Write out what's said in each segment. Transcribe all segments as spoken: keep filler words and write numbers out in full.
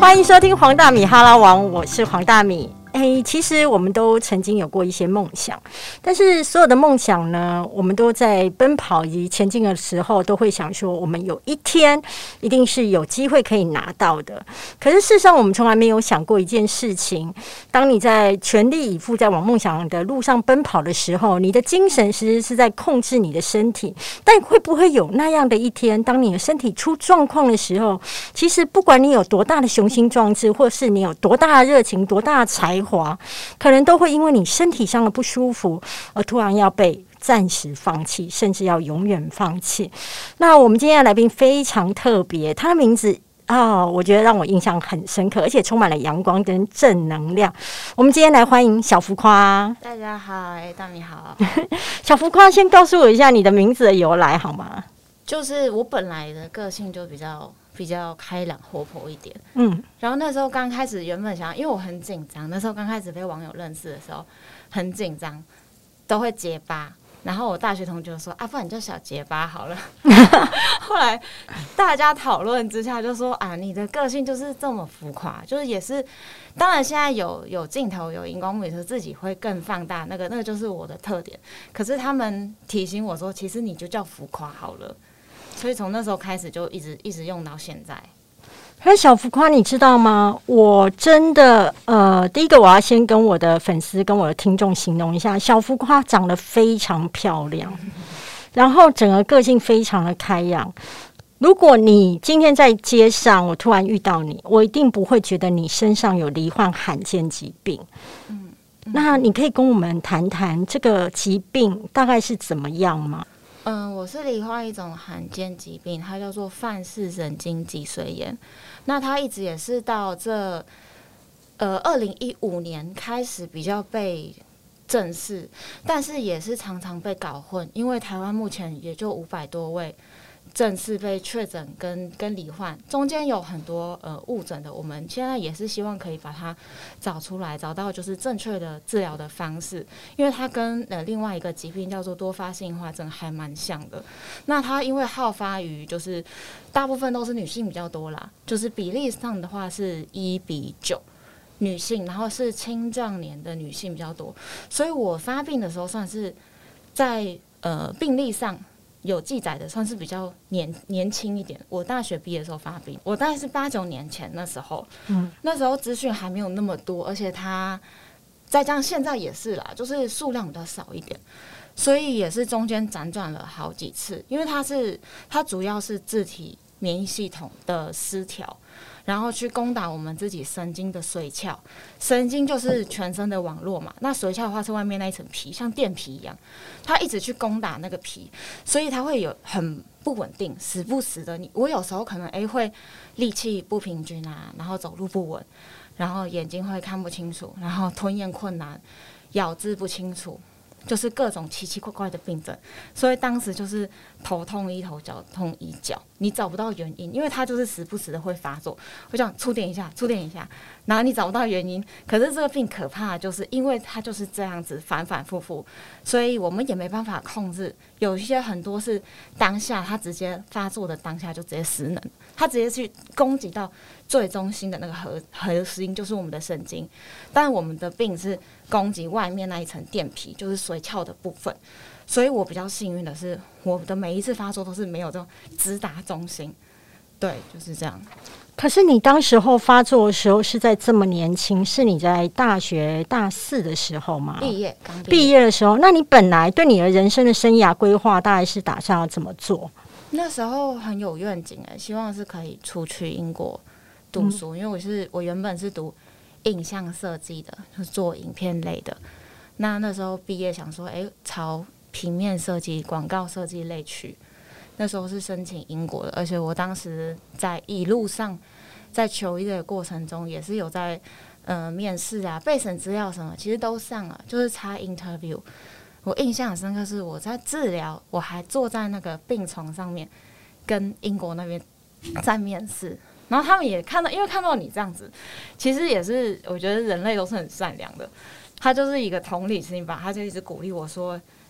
欢迎收听黄大米哈拉王，我是黄大米。哎，其实我们都曾经有过一些梦想，但是所有的梦想呢，我们都在奔跑以及前进的时候，都会想说，我们有一天一定是有机会可以拿到的。可是事实上，我们从来没有想过一件事情：当你在全力以赴在往梦想的路上奔跑的时候，你的精神其实是在控制你的身体。但会不会有那样的一天，当你的身体出状况的时候，其实不管你有多大的雄心壮志，或是你有多大的热情、多大的才华，可能都会因为你身体上的不舒服而突然要被暂时放弃，甚至要永远放弃。那我们今天的来宾非常特别，他的名字啊、哦，我觉得让我印象很深刻，而且充满了阳光跟正能量。我们今天来欢迎小浮夸。 大家好，哎，大米好。 小浮夸，先告诉我一下你的名字的由来好吗？ 就是我本来的个性就比较比较开朗活泼一点， 嗯， 然后那时候刚开始原本想，因为我很紧张，那时候刚开始被网友认识的时候很紧张，都会结巴。然后我大学同学说啊，不然你就小结巴好了。后来大家讨论之下就说啊，你的个性就是这么浮夸，就是也是，当然现在有有镜头有荧光幕的时候，自己会更放大那个那个就是我的特点。可是他们提醒我说，其实你就叫浮夸好了。所以从那时候开始就一直一直用到现在。 可是小浮夸，你知道吗？我真的呃，第一个我要先跟我的粉丝跟我的听众形容一下，小浮夸长得非常漂亮，然后整个个性非常的开朗。如果你今天在街上，我突然遇到你，我一定不会觉得你身上有罹患罕见疾病。嗯，那你可以跟我们谈谈这个疾病大概是怎么样吗？ 嗯，我是罹患一种罕见疾病，它叫做范氏神经脊髓炎。那它一直也是到这呃二零一五年开始比较被正视，但是也是常常被搞混，因为台湾目前也就五百多位正式被确诊跟跟罹患，中间有很多呃误诊的，我们现在也是希望可以把它找出来，找到就是正确的治疗的方式，因为它跟呃另外一个疾病叫做多发性硬化症还蛮像的。那它因为好发于就是大部分都是女性比较多啦，就是比例上的话是一比九。女性，然后是青壮年的女性比较多，所以我发病的时候算是在呃病历上有记载的，算是比较年年轻一点。我大学毕业的时候发病，我大概是八九年前那时候，嗯，那时候资讯还没有那么多，而且它再加上现在也是啦，就是数量比较少一点，所以也是中间辗转了好几次，因为它是它主要是自体免疫系统的失调。然后去攻打我们自己神经的髓鞘，神经就是全身的网络嘛。那髓鞘的话是外面那一层皮，像电皮一样，它一直去攻打那个皮，所以它会有很不稳定，时不时的你，我有时候可能哎会力气不平均啊，然后走路不稳，然后眼睛会看不清楚，然后吞咽困难，咬字不清楚。就是各种奇奇怪怪的病症，所以当时就是头痛医头，脚痛医脚，你找不到原因，因为它就是时不时的会发作，会这样触电一下，触电一下，然后你找不到原因。可是这个病可怕的就是因为它就是这样子反反复复，所以我们也没办法控制。有一些很多是当下它直接发作的当下就直接失能，它直接去攻击到最中心的那个核核心，就是我们的神经。但我们的病是攻击外面那一层电皮，就是髓鞘的部分。所以我比较幸运的是，我的每一次发作都是没有这种直达中心。对，就是这样。 可是你当时候发作的时候是在这么年轻，是你在大学大四的时候吗？ 毕业刚毕业的时候，那你本来对你的人生的生涯规划大概是打算要怎么做？ 那时候很有愿景哎，希望是可以出去英国读书，嗯、因为我是我原本是读影像设计的，就是做影片类的。那那时候毕业想说，哎，朝平面设计、广告设计类去。那时候是申请英国的，而且我当时在一路上在求医的过程中，也是有在呃面试啊、备审资料什么，其实都上了，就是差 interview。我印象很深刻，是我在治疗，我还坐在那个病床上面，跟英国那边在面试，然后他们也看到，因为看到你这样子，其实也是我觉得人类都是很善良的，他就是一个同理心吧，他就一直鼓励我说。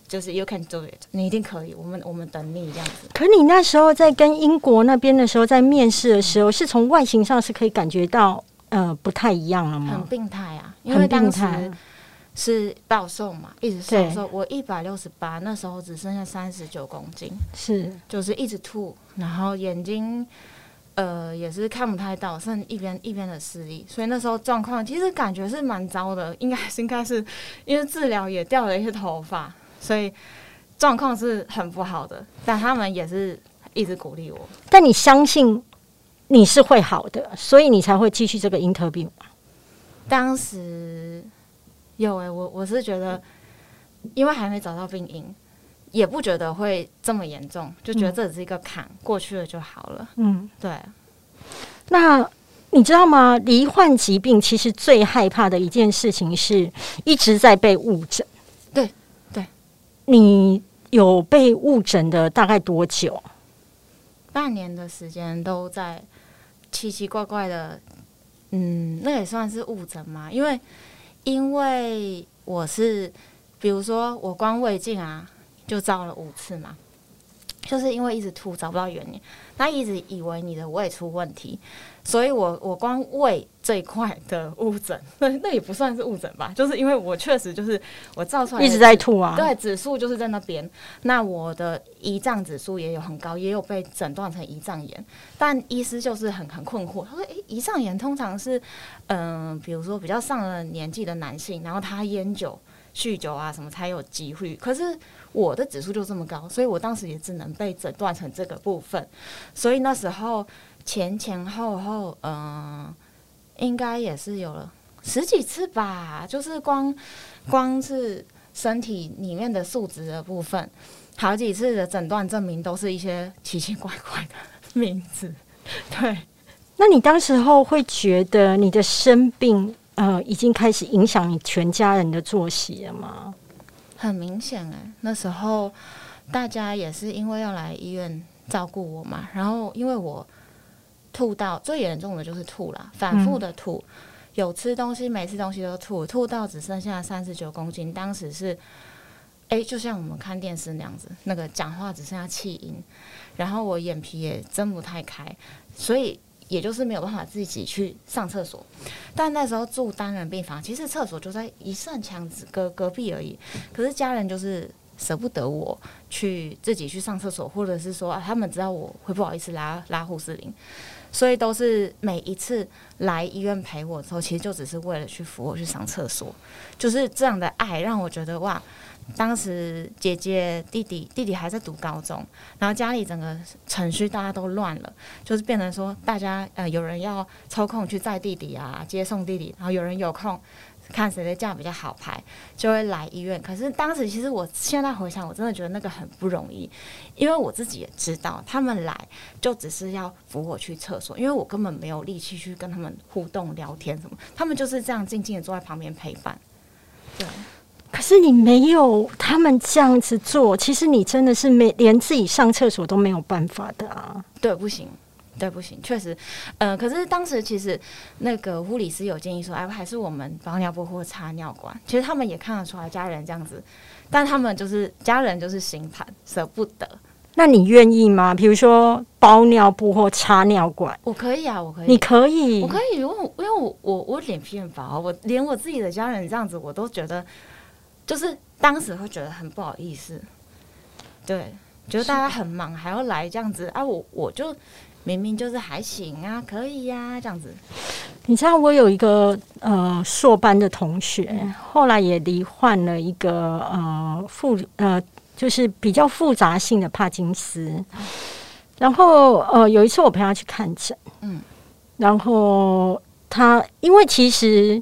就是 you can do it， 你一定可以，我们我们等你这样子。 可你那时候在跟英国那边的时候，在面试的时候，是从外形上是可以感觉到呃不太一样了吗？ 很病态啊，因为当时是暴瘦嘛，一直瘦瘦。我一百六十八，那时候只剩下三十九公斤， 是就是一直吐，然后眼睛呃也是看不太到，剩一边一边的视力，所以那时候状况其实感觉是蛮糟的，应该是应该是因为治疗也掉了一些头发。所以状况是很不好的，但他们也是一直鼓励我。 但你相信你是会好的，所以你才会继续这个 interview 吗？ 当时有哎、欸，我我是觉得，因为还没找到病因，也不觉得会这么严重，就觉得这只是一个坎，嗯、过去了就好了。嗯，对。 那你知道吗？罹患疾病其实最害怕的一件事情是一直在被误诊。 对。 你有被误诊的大概多久？ 半年的时间都在奇奇怪怪的，嗯，那也算是误诊嘛？因为因为我是，比如说我光胃镜啊，就照了五次嘛，就是因为一直吐找不到原因，他一直以为你的胃出问题，所以我我光胃这一块的误诊，那那也不算是误诊吧，就是因为我确实就是我照出来一直在吐啊， 对，指数就是在那边。那我的胰脏指数也有很高，也有被诊断成胰脏炎，但医师就是很很困惑，他说：“诶，胰脏炎通常是嗯、呃，比如说比较上了年纪的男性，然后他烟酒、酗酒啊什么才有机会，可是我的指数就这么高，所以我当时也只能被诊断成这个部分。所以那时候前前后后，嗯、呃，应该也是有了十几次吧，就是光光是身体里面的数值的部分，好几次的诊断证明都是一些奇奇怪怪的名字。对， 那你当时候会觉得你的生病，呃，已经开始影响你全家人的作息了吗？ 很明显哎、欸，那时候大家也是因为要来医院照顾我嘛，然后因为我吐到最严重的就是吐啦，反复的吐，嗯、有吃东西没吃东西都吐，吐到只剩下三十九公斤。当时是，哎、欸，就像我们看电视那样子，那个讲话只剩下气音，然后我眼皮也睁不太开，所以也就是没有办法自己去上厕所。但那时候住单人病房，其实厕所就在一扇墙隔隔壁而已，可是家人就是舍不得我去自己去上厕所，或者是说、啊、他们知道我会不好意思拉拉护士铃，所以都是每一次来医院陪我的时候，其实就只是为了去扶我去上厕所，就是这样的爱让我觉得哇，当时姐姐弟弟弟弟还在读高中，然后家里整个程序大家都乱了，就是变成说大家呃有人要抽空去载弟弟啊，接送弟弟，然后有人有空看谁的假比较好排，就会来医院。可是当时其实我现在回想，我真的觉得那个很不容易，因为我自己也知道，他们来就只是要扶我去厕所，因为我根本没有力气去跟他们互动聊天什么，他们就是这样静静的坐在旁边陪伴。对。 可是你没有他们这样子做，其实你真的是没连自己上厕所都没有办法的啊。 对，不行。对，不行，确实，呃，可是当时其实那个护理师有建议说，哎，还是我们包尿布或插尿管。其实他们也看得出来家人这样子，但他们就是家人就是心疼，舍不得。 那你愿意吗？比如说包尿布或插尿管？ 我可以啊，我可以。 你可以？ 我可以，因为因为我我我脸皮很薄，我连我自己的家人这样子，我都觉得，就是当时会觉得很不好意思。对，觉得大家很忙，还要来这样子啊，我我就。明明就是还行啊，可以呀、啊，这样子。 你知道我有一个呃硕班的同学，嗯、后来也罹患了一个呃复呃就是比较复杂性的帕金斯。嗯、然后呃有一次我陪他去看诊，嗯，然后他因为其实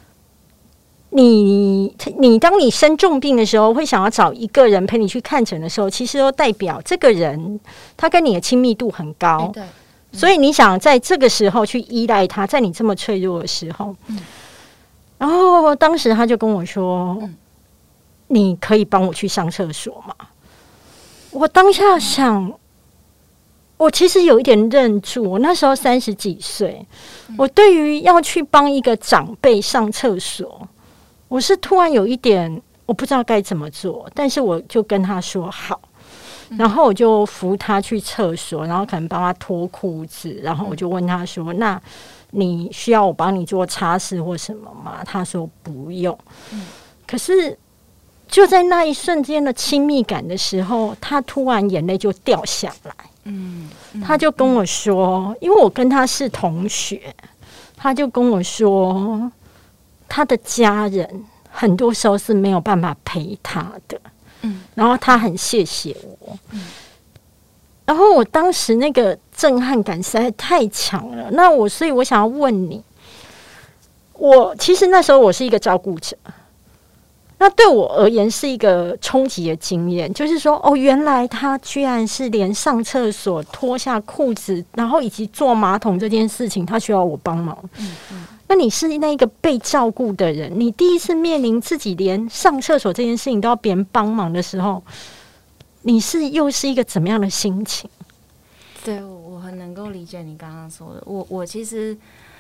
你你当你生重病的时候，会想要找一个人陪你去看诊的时候，其实都代表这个人他跟你的亲密度很高，欸、对，嗯、所以你想在这个时候去依赖他，在你这么脆弱的时候，嗯、然后当时他就跟我说：“嗯、你可以帮我去上厕所吗？”我当下想，嗯、我其实有一点愣住。我那时候三十几岁，嗯、我对于要去帮一个长辈上厕所。我是突然有一点我我不知道该怎么做，但是我就跟他说好，然后我就扶他去厕所，然后可能帮他脱裤子，然后我就问他说：“那你需要我帮你做擦拭或什么吗？”他说不用。嗯、可是就在那一瞬间的亲密感的时候，他突然眼泪就掉下来。嗯，嗯他就跟我说，因为我跟他是同学，他就跟我说，他的家人很多时候是没有办法陪他的。嗯，然后他很谢谢我。嗯，然后我当时那个震撼感实在太强了。那我所以我想要问你，我其实那时候我是一个照顾者。那对我而言是一个冲击的经验，就是说，哦，原来他居然是连上厕所、脱下裤子，然后以及坐马桶这件事情，他需要我帮忙。嗯嗯。那你是那个被照顾的人，你第一次面临自己连上厕所这件事情都要别人帮忙的时候，你是又是一个怎么样的心情？ 对，我很能够理解你刚刚说的。我我其实，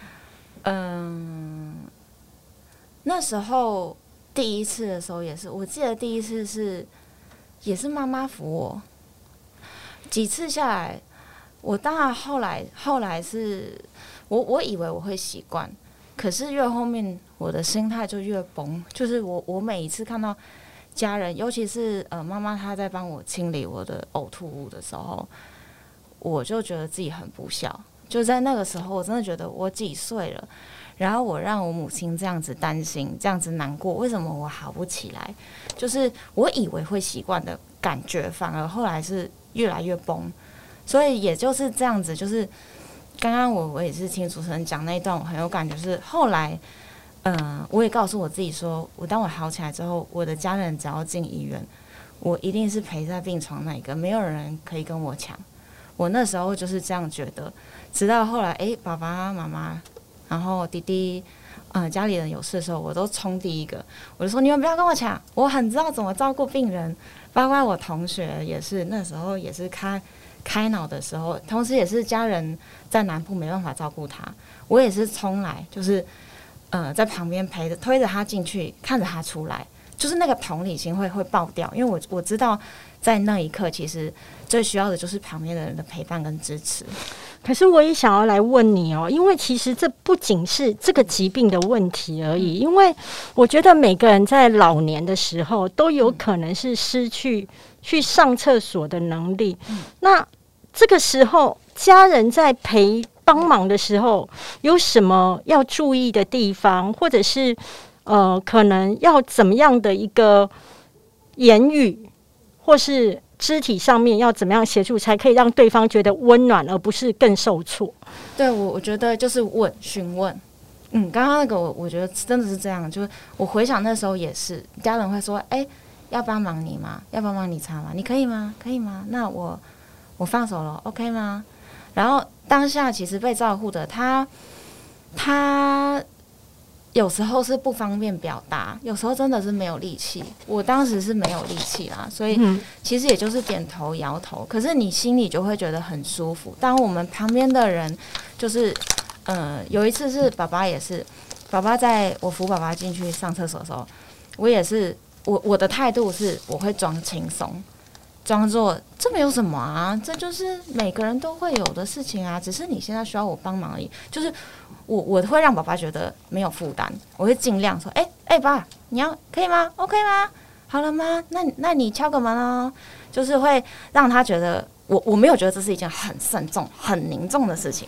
嗯，那时候。第一次的时候也是，我记得第一次是也是妈妈扶我，几次下来，我当然后来后来是我我以为我会习惯，可是越后面我的心态就越崩，就是我我每一次看到家人，尤其是呃妈妈她在帮我清理我的呕吐物的时候，我就觉得自己很不孝，就在那个时候我真的觉得我几岁了。然后我让我母亲这样子担心，这样子难过，为什么我好不起来？就是我以为会习惯的感觉，反而后来是越来越崩。所以也就是这样子，就是刚刚我我也是听主持人讲那一段，我很有感觉。是后来，嗯、呃，我也告诉我自己说，我当我好起来之后，我的家人只要进医院，我一定是陪在病床那一个，没有人可以跟我抢。我那时候就是这样觉得，直到后来，哎，爸爸妈妈。然后弟弟，呃，家里人有事的时候，我都冲第一个。我就说：“你们不要跟我抢，我很知道怎么照顾病人。”包括我同学也是，那时候也是开开脑的时候，同时也是家人在南部没办法照顾他，我也是冲来，就是呃在旁边陪着，推着他进去，看着他出来，就是那个同理心会会爆掉，因为我我知道在那一刻，其实最需要的就是旁边的人的陪伴跟支持。 可是我也想要来问你哦，因为其实这不仅是这个疾病的问题而已，因为我觉得每个人在老年的时候都有可能是失去去上厕所的能力。那这个时候，家人在陪帮忙的时候，有什么要注意的地方，或者是呃，可能要怎么样的一个言语，或是肢体上面要怎么样协助，才可以让对方觉得温暖，而不是更受挫？ 对，我我觉得就是问询问。嗯，刚刚那个我我觉得真的是这样，就是我回想那时候也是，家人会说：“哎、欸，要帮忙你吗？要帮忙你擦吗？你可以吗？可以吗？那我我放手了 ，OK 吗？”然后当下其实被照顾的他，他有时候是不方便表达，有时候真的是没有力气。我当时是没有力气啦，所以其实也就是点头摇头。可是你心里就会觉得很舒服。当我们旁边的人，就是呃，有一次是爸爸也是，爸爸在我扶爸爸进去上厕所的时候，我也是，我我的态度是我会装轻松。装作这没有什么啊，这就是每个人都会有的事情啊，只是你现在需要我帮忙而已。就是我我会让爸爸觉得没有负担，我会尽量说，哎、欸、哎、欸、爸，你要可以吗 ？OK 吗？好了吗？那那你敲个门哦，就是会让他觉得我我没有觉得这是一件很慎重、很凝重的事情。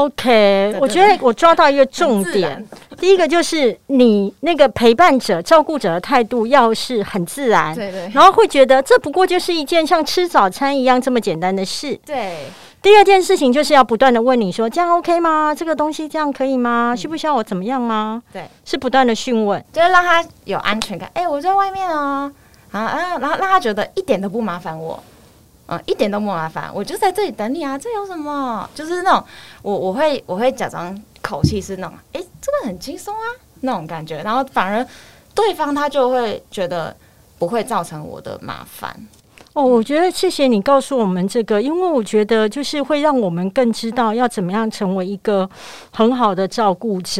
OK， 我觉得我抓到一个重点。第一个就是你那个陪伴者、照顾者的态度要是很自然， 对对， 然后会觉得这不过就是一件像吃早餐一样这么简单的事。 对。 第二件事情就是要不断的问你说，这样 OK 吗？这个东西这样可以吗？需不需要我怎么样吗？ 对， 是不断的询问， 就是让他有安全感。哎、欸，我在外面哦，啊啊，然后让他觉得一点都不麻烦我。嗯，一点都不麻烦，我就在这里等你啊，这有什么？就是那种我我会我会假装口气是那种，哎、欸，这个很轻松啊那种感觉，然后反而对方他就会觉得不会造成我的麻烦。 哦，我觉得谢谢你告诉我们这个，因为我觉得就是会让我们更知道要怎么样成为一个很好的照顾者。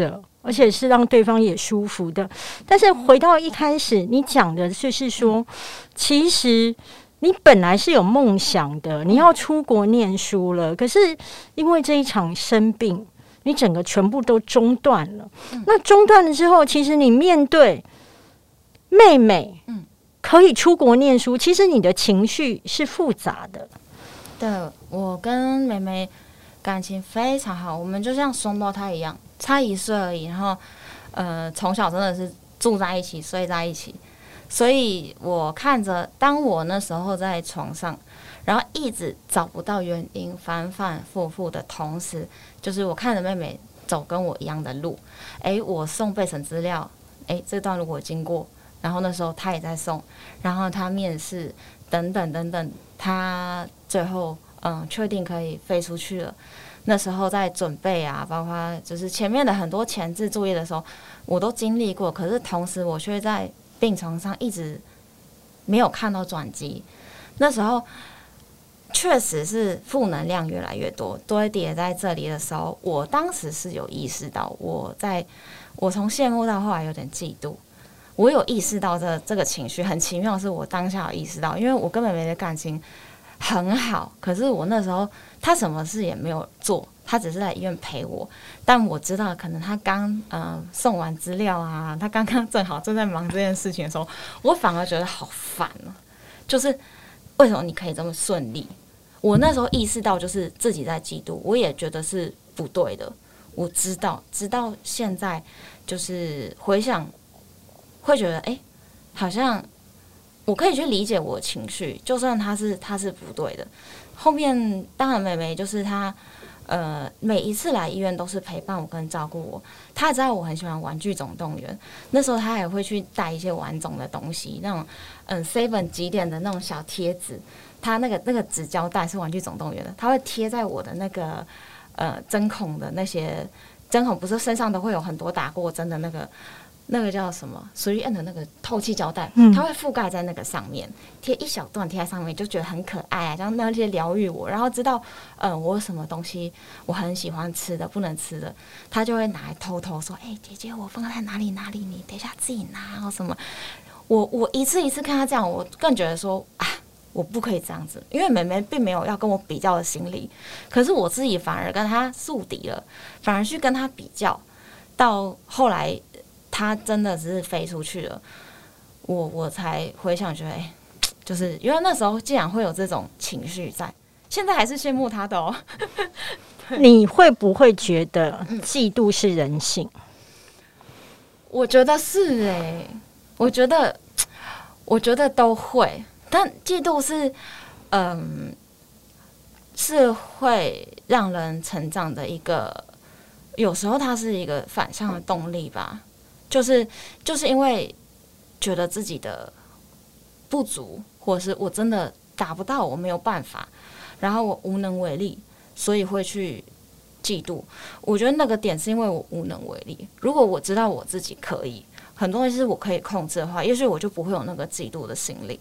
而且是让对方也舒服的。但是回到一开始你讲的就是说，其实你本来是有梦想的，你要出国念书了，可是因为这一场生病，你整个全部都中断了。那中断了之后，其实你面对妹妹可以出国念书，其实你的情绪是复杂的。 对，我跟妹妹感情非常好，我们就像双胞胎一样，差一岁而已。然后，呃，从小真的是住在一起，睡在一起。所以我看着，当我那时候在床上，然后一直找不到原因，反反复复的同时，就是我看着妹妹走跟我一样的路。哎，我送备审资料，哎，这段路我经过，然后那时候她也在送，然后她面试等等等等，她最后嗯确定可以飞出去了。那时候在准备啊，包括就是前面的很多前置作业的时候，我都经历过。可是同时，我却在病床上一直没有看到转机。那时候确实是负能量越来越多堆叠在这里的时候，我当时是有意识到，我在我从羡慕到后来有点嫉妒。我有意识到这这个情绪，很奇妙的是我当下有意识到，因为我跟妹妹的感情很好，可是我那时候她什么事也没有做，她只是在医院陪我。但我知道，可能她刚呃送完资料啊，她刚刚正好正在忙这件事情的时候，我反而觉得好烦啊！就是为什么你可以这么顺利？我那时候意识到，就是自己在嫉妒，我也觉得是不对的。我知道，直到现在，就是回想，会觉得哎、欸，好像我可以去理解我的情绪，就算他是他是不对的。后面当然妹妹就是她，呃，每一次来医院都是陪伴我跟照顾我。她知道我很喜欢玩具总动员，那时候她也会去带一些玩总的东西，那种嗯 seven 几点的那种小贴纸，她那个那个纸胶带是玩具总动员的，她会贴在我的那个呃针孔的那些针孔，不是身上都会有很多打过针的那个。那个叫什么随意 N 的那个透气胶带，它会覆盖在那个上面，贴一小段贴在上面，就觉得很可爱啊，这样那些疗愈我，然后知道，嗯、呃，我有什么东西我很喜欢吃的，不能吃的，他就会拿来偷偷说，哎、欸，姐姐，我放在哪里哪里，你等一下自己拿，或什么。我我一次一次看他这样，我更觉得说啊，我不可以这样子，因为妹妹并没有要跟我比较的心理，可是我自己反而跟他树敌了，反而去跟他比较，到后来。他真的只是飞出去了，我我才回想觉得，哎、欸，就是因为那时候竟然会有这种情绪在，现在还是羡慕他的哦。 你会不会觉得嫉妒是人性？嗯、 我觉得是哎、欸，我觉得我觉得都会，但嫉妒是嗯是会让人成长的一个，有时候它是一个反向的动力吧。就是就是因为觉得自己的不足，或者是我真的达不到，我没有办法，然后我无能为力，所以会去嫉妒。我觉得那个点是因为我无能为力。如果我知道我自己可以，很多东西是我可以控制的话，也许我就不会有那个嫉妒的心理。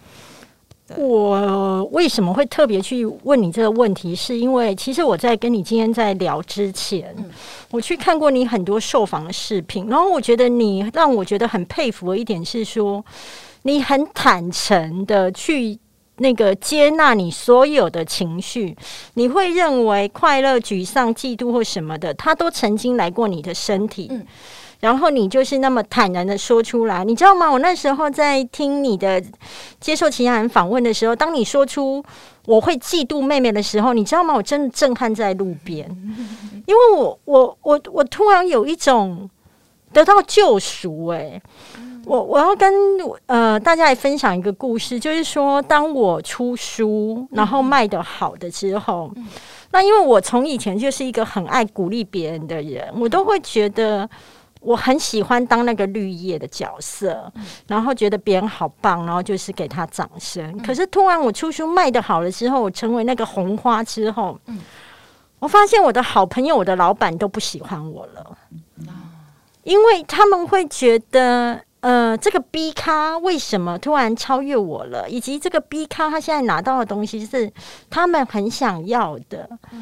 我为什么会特别去问你这个问题，是因为其实我在跟你今天在聊之前、嗯、我去看过你很多受访的视频，然后我觉得你让我觉得很佩服的一点是说，你很坦诚的去那个接纳你所有的情绪，你会认为快乐、沮丧、嫉妒或什么的，它都曾经来过你的身体、嗯，然后你就是那么坦然的说出来，你知道吗？我那时候在听你的接受其他人访问的时候，当你说出我会嫉妒妹妹的时候，你知道吗？我真的震撼在路边，因为我我我我突然有一种得到救赎、欸。哎，我我要跟呃大家来分享一个故事，就是说，当我出书然后卖得好的之后，那因为我从以前就是一个很爱鼓励别人的人，我都会觉得。我很喜欢当那个绿叶的角色，然后觉得别人好棒，然后就是给他掌声。可是突然我出书卖得好了之后，我成为那个红花之后，我发现我的好朋友、我的老板都不喜欢我了，因为他们会觉得，呃，这个 B 咖为什么突然超越我了，以及这个 B 咖他现在拿到的东西是他们很想要的。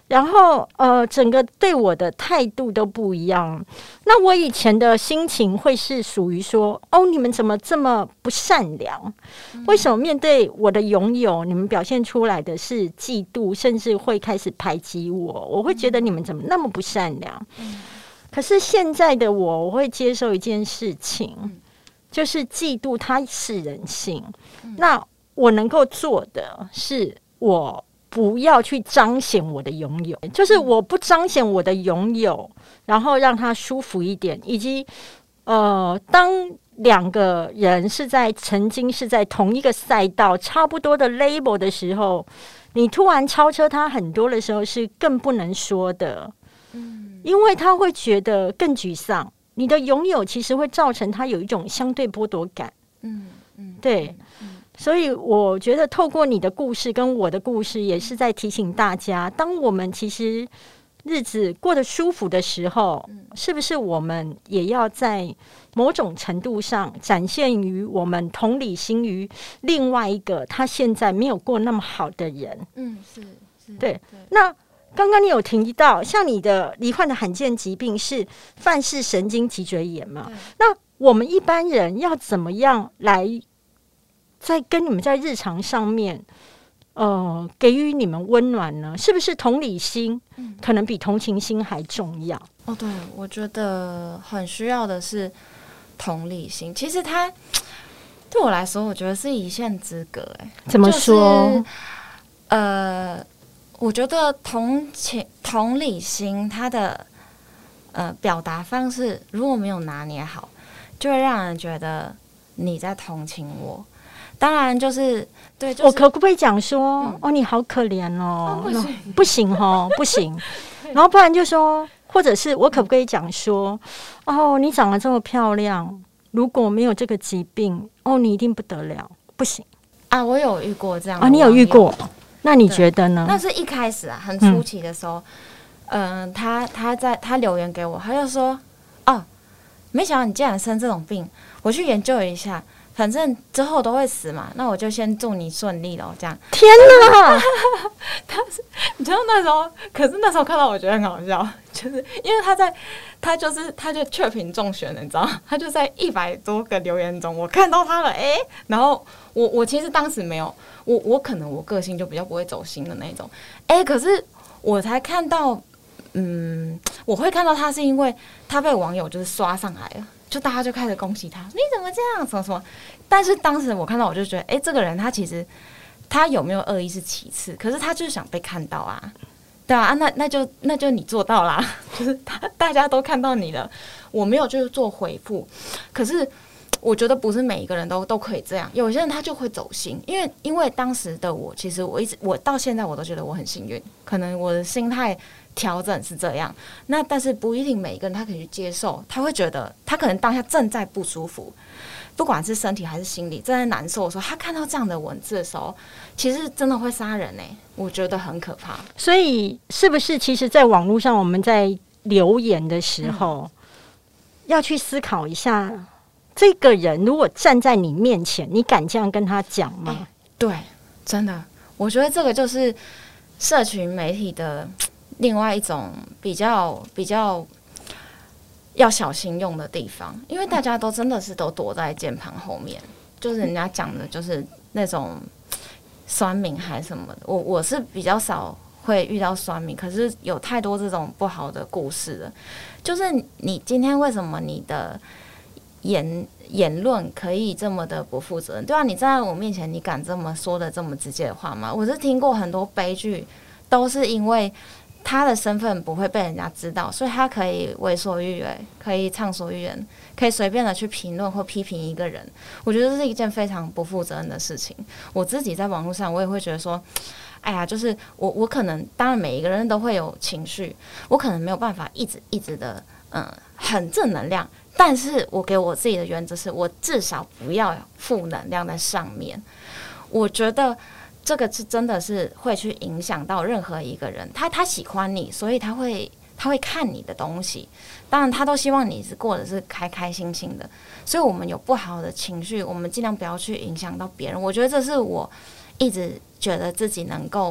然后呃，整个对我的态度都不一样。那我以前的心情会是属于说，哦，你们怎么这么不善良？为什么面对我的拥有，你们表现出来的是嫉妒，甚至会开始排挤我？我会觉得你们怎么那么不善良？可是现在的我，我会接受一件事情，就是嫉妒它是人性。那我能够做的是，我不要去彰显我的拥有，就是我不彰显我的拥有，然后让他舒服一点，以及呃，当两个人是在曾经是在同一个赛道、差不多的 label 的时候，你突然超车他很多的时候，是更不能说的，嗯，因为他会觉得更沮丧。你的拥有其实会造成他有一种相对剥夺感，嗯嗯，对。所以我觉得透过你的故事跟我的故事，也是在提醒大家，当我们其实日子过得舒服的时候，是不是我们也要在某种程度上展现于我们同理心于另外一个他现在没有过那么好的人？嗯，是，是，对。那刚刚你有提到，像你的罹患的罕见疾病是范氏神经脊椎炎嘛？那我们一般人要怎么样来在跟你们在日常上面，呃，给予你们温暖呢？是不是同理心可能比同情心还重要？ 哦，对，我觉得很需要的是同理心。其实它对我来说，我觉得是一线之隔。哎， 怎么说？ 就是、呃，我觉得同情同理心，它的呃表达方式如果没有拿捏好，就会让人觉得你在同情我。当然就是对、就是， 我可不可以讲说、嗯、哦，你好可怜哦， 哦不行不行哦，不行。然后不然就说，或者是我可不可以讲说，哦，你长得这么漂亮，如果没有这个疾病，哦，你一定不得了，不行啊。我有遇过这样的啊，你有遇过？那你觉得呢？ 那是一开始啊，很初期的时候，嗯、呃，他他在他留言给我，他就说，哦，没想到你竟然生这种病，我去研究一下。反正之后都会死嘛，那我就先祝你顺利咯。这样。 天哪！ 他是，你知道那时候，可是那时候看到我觉得很好笑，就是因为他在，他就是他就确评中选了，你知道，他就在一百多个留言中，我看到他了，哎、欸，然后我我其实当时没有，我我可能我个性就比较不会走心的那种，哎、欸，可是我才看到，嗯，我会看到他是因为他被网友就是刷上来了。就大家就开始恭喜他，你怎么这样，什么什么？但是当时我看到，我就觉得，哎、欸，这个人他其实他有没有恶意是其次，可是他就是想被看到啊，对啊，那那就那就你做到啦，就是他大家都看到你了，我没有就是做回复，可是我觉得不是每一个人都都可以这样，有些人他就会走心，因为因为当时的我，其实我一直我到现在我都觉得我很幸运，可能我的心态调整是这样，那但是不一定每一个人他可以去接受，他会觉得他可能当下正在不舒服，不管是身体还是心理正在难受的时候，他看到这样的文字的时候，其实真的会杀人欸，我觉得很可怕。 所以是不是其实在网络上我们在留言的时候、嗯、要去思考一下，这个人如果站在你面前，你敢这样跟他讲吗、欸、 对，真的我觉得这个就是社群媒体的另外一种比较比较要小心用的地方，因为大家都真的是都躲在键盘后面，就是人家讲的就是那种酸民还是什么的，我我是比较少会遇到酸民，可是有太多这种不好的故事了。就是你今天为什么你的言言论可以这么的不负责任？对啊，你站在我面前，你敢这么说的这么直接的话吗？我是听过很多悲剧，都是因为他的身份不会被人家知道，所以他可以为所欲为，可以畅所欲言，可以随便的去评论或批评一个人。我觉得这是一件非常不负责任的事情。我自己在网络上，我也会觉得说，哎呀，就是我我可能，当然每一个人都会有情绪，我可能没有办法一直一直的嗯很正能量，但是我给我自己的原则是我至少不要有负能量在上面。我觉得这个是真的是会去影响到任何一个人，他他喜欢你，所以他会他会看你的东西，当然他都希望你是过得是开开心心的，所以我们有不好的情绪，我们尽量不要去影响到别人。我觉得这是我一直觉得自己能够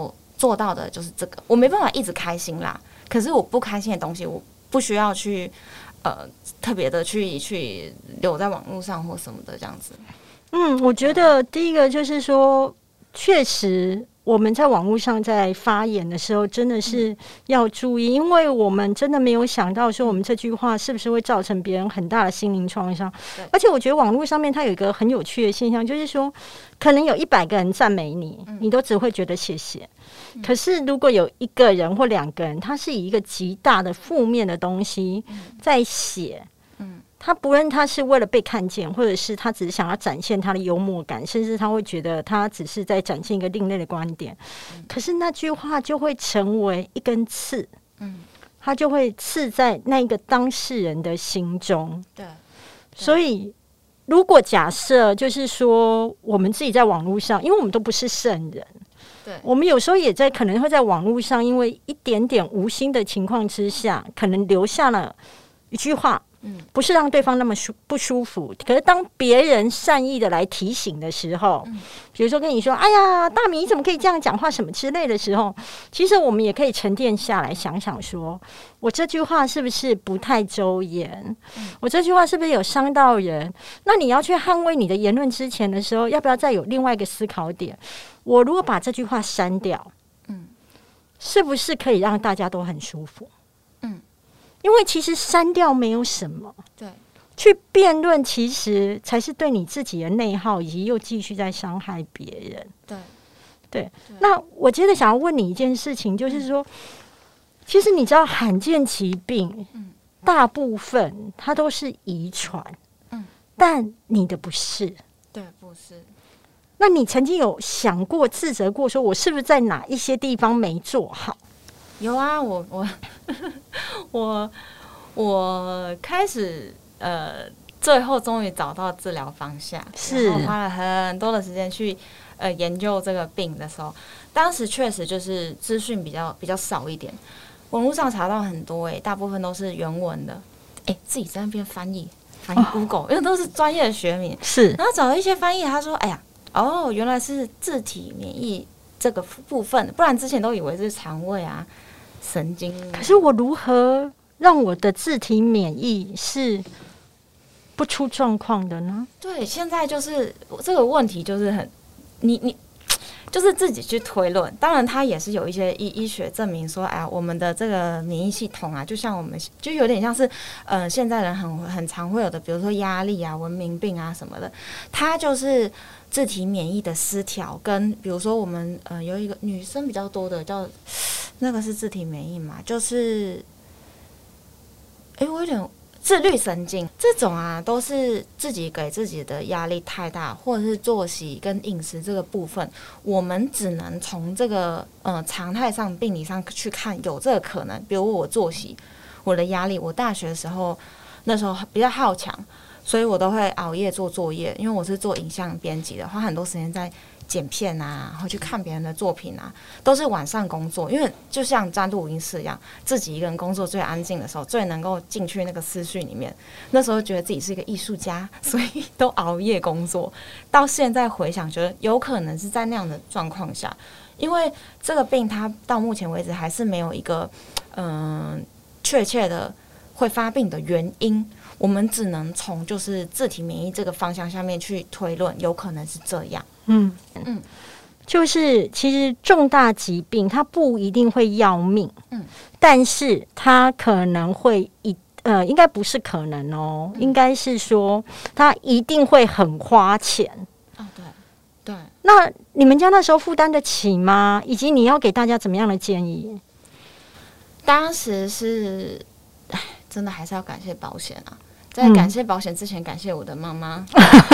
做到的就是这个，我没办法一直开心啦。可是我不开心的东西，我不需要去呃特别的去去留在网络上或什么的这样子。 嗯，我觉得第一个就是说，确实我们在网络上在发言的时候，真的是要注意，因为我们真的没有想到说我们这句话是不是会造成别人很大的心灵创伤。而且我觉得网络上面它有一个很有趣的现象，就是说，可能有一百个人赞美你，你都只会觉得谢谢。可是如果有一个人或两个人，他是以一个极大的负面的东西在写，他不论他是为了被看见，或者是他只是想要展现他的幽默感，甚至他会觉得他只是在展现一个另类的观点，可是那句话就会成为一根刺，他就会刺在那个当事人的心中。对，所以如果假设就是说我们自己在网络上，因为我们都不是圣人，对，我们有时候也在可能会在网络上，因为一点点无心的情况之下，可能留下了一句话，不是让对方那么舒不舒服。可是当别人善意的来提醒的时候，比如说跟你说：“哎呀，大米你怎么可以这样讲话？”什么之类的时候，其实我们也可以沉淀下来想想说，我这句话是不是不太周延？我这句话是不是有伤到人？那你要去捍卫你的言论之前的时候，要不要再有另外一个思考点？我如果把这句话删掉，嗯，是不是可以让大家都很舒服？嗯，因为其实删掉没有什么，对，去辩论其实才是对你自己的内耗，以及又继续在伤害别人。对，对。那我接着想要问你一件事情，就是说，其实你知道罕见疾病，嗯，大部分它都是遗传，嗯，但你的不是， 对，不是。 那你曾经有想过自责过，说我是不是在哪一些地方没做好？ 有啊，我我我我开始呃，最后终于找到治疗方向，是然后花了很多的时间去呃研究这个病的时候，当时确实就是资讯比较比较少一点，网络上查到很多哎、欸，大部分都是原文的，哎、欸，自己在那边翻译翻译 Google，、哦、因为都是专业的学名，是，然后找了一些翻译，他说，哎呀。哦，原来是自体免疫这个部分，不然之前都以为是肠胃啊、神经。 可是我如何让我的自体免疫是不出状况的呢？ 对，现在就是这个问题，就是很你你就是自己去推论。当然，它也是有一些医医学证明说，哎呀，我们的这个免疫系统啊，就像我们就有点像是呃，现在人很很常会有的，比如说压力啊、文明病啊什么的，它就是自体免疫的失调，跟比如说我们呃有一个女生比较多的叫那个是自体免疫嘛，就是哎、欸，我有点自律神经这种啊，都是自己给自己的压力太大，或者是作息跟饮食这个部分，我们只能从这个呃常态上、病理上去看有这个可能。比如我作息、我的压力，我大学的时候那时候比较好强。所以我都会熬夜做作业，因为我是做影像编辑的，花很多时间在剪片啊，然后去看别人的作品啊，都是晚上工作。因为就像在录音室一样，自己一个人工作最安静的时候，最能够进去那个思绪里面。那时候觉得自己是一个艺术家，所以都熬夜工作。到现在回想，觉得有可能是在那样的状况下，因为这个病它到目前为止还是没有一个嗯确切的会发病的原因。我们只能从就是自体免疫这个方向下面去推论，有可能是这样。嗯嗯，就是其实重大疾病它不一定会要命，嗯，但是它可能会一呃，应该不是可能哦，嗯、应该是说它一定会很花钱。 哦，对对。 那你们家那时候负担得起吗？以及你要给大家怎么样的建议？ 当时是，真的还是要感谢保险啊。在感谢保险之前，感谢我的妈妈。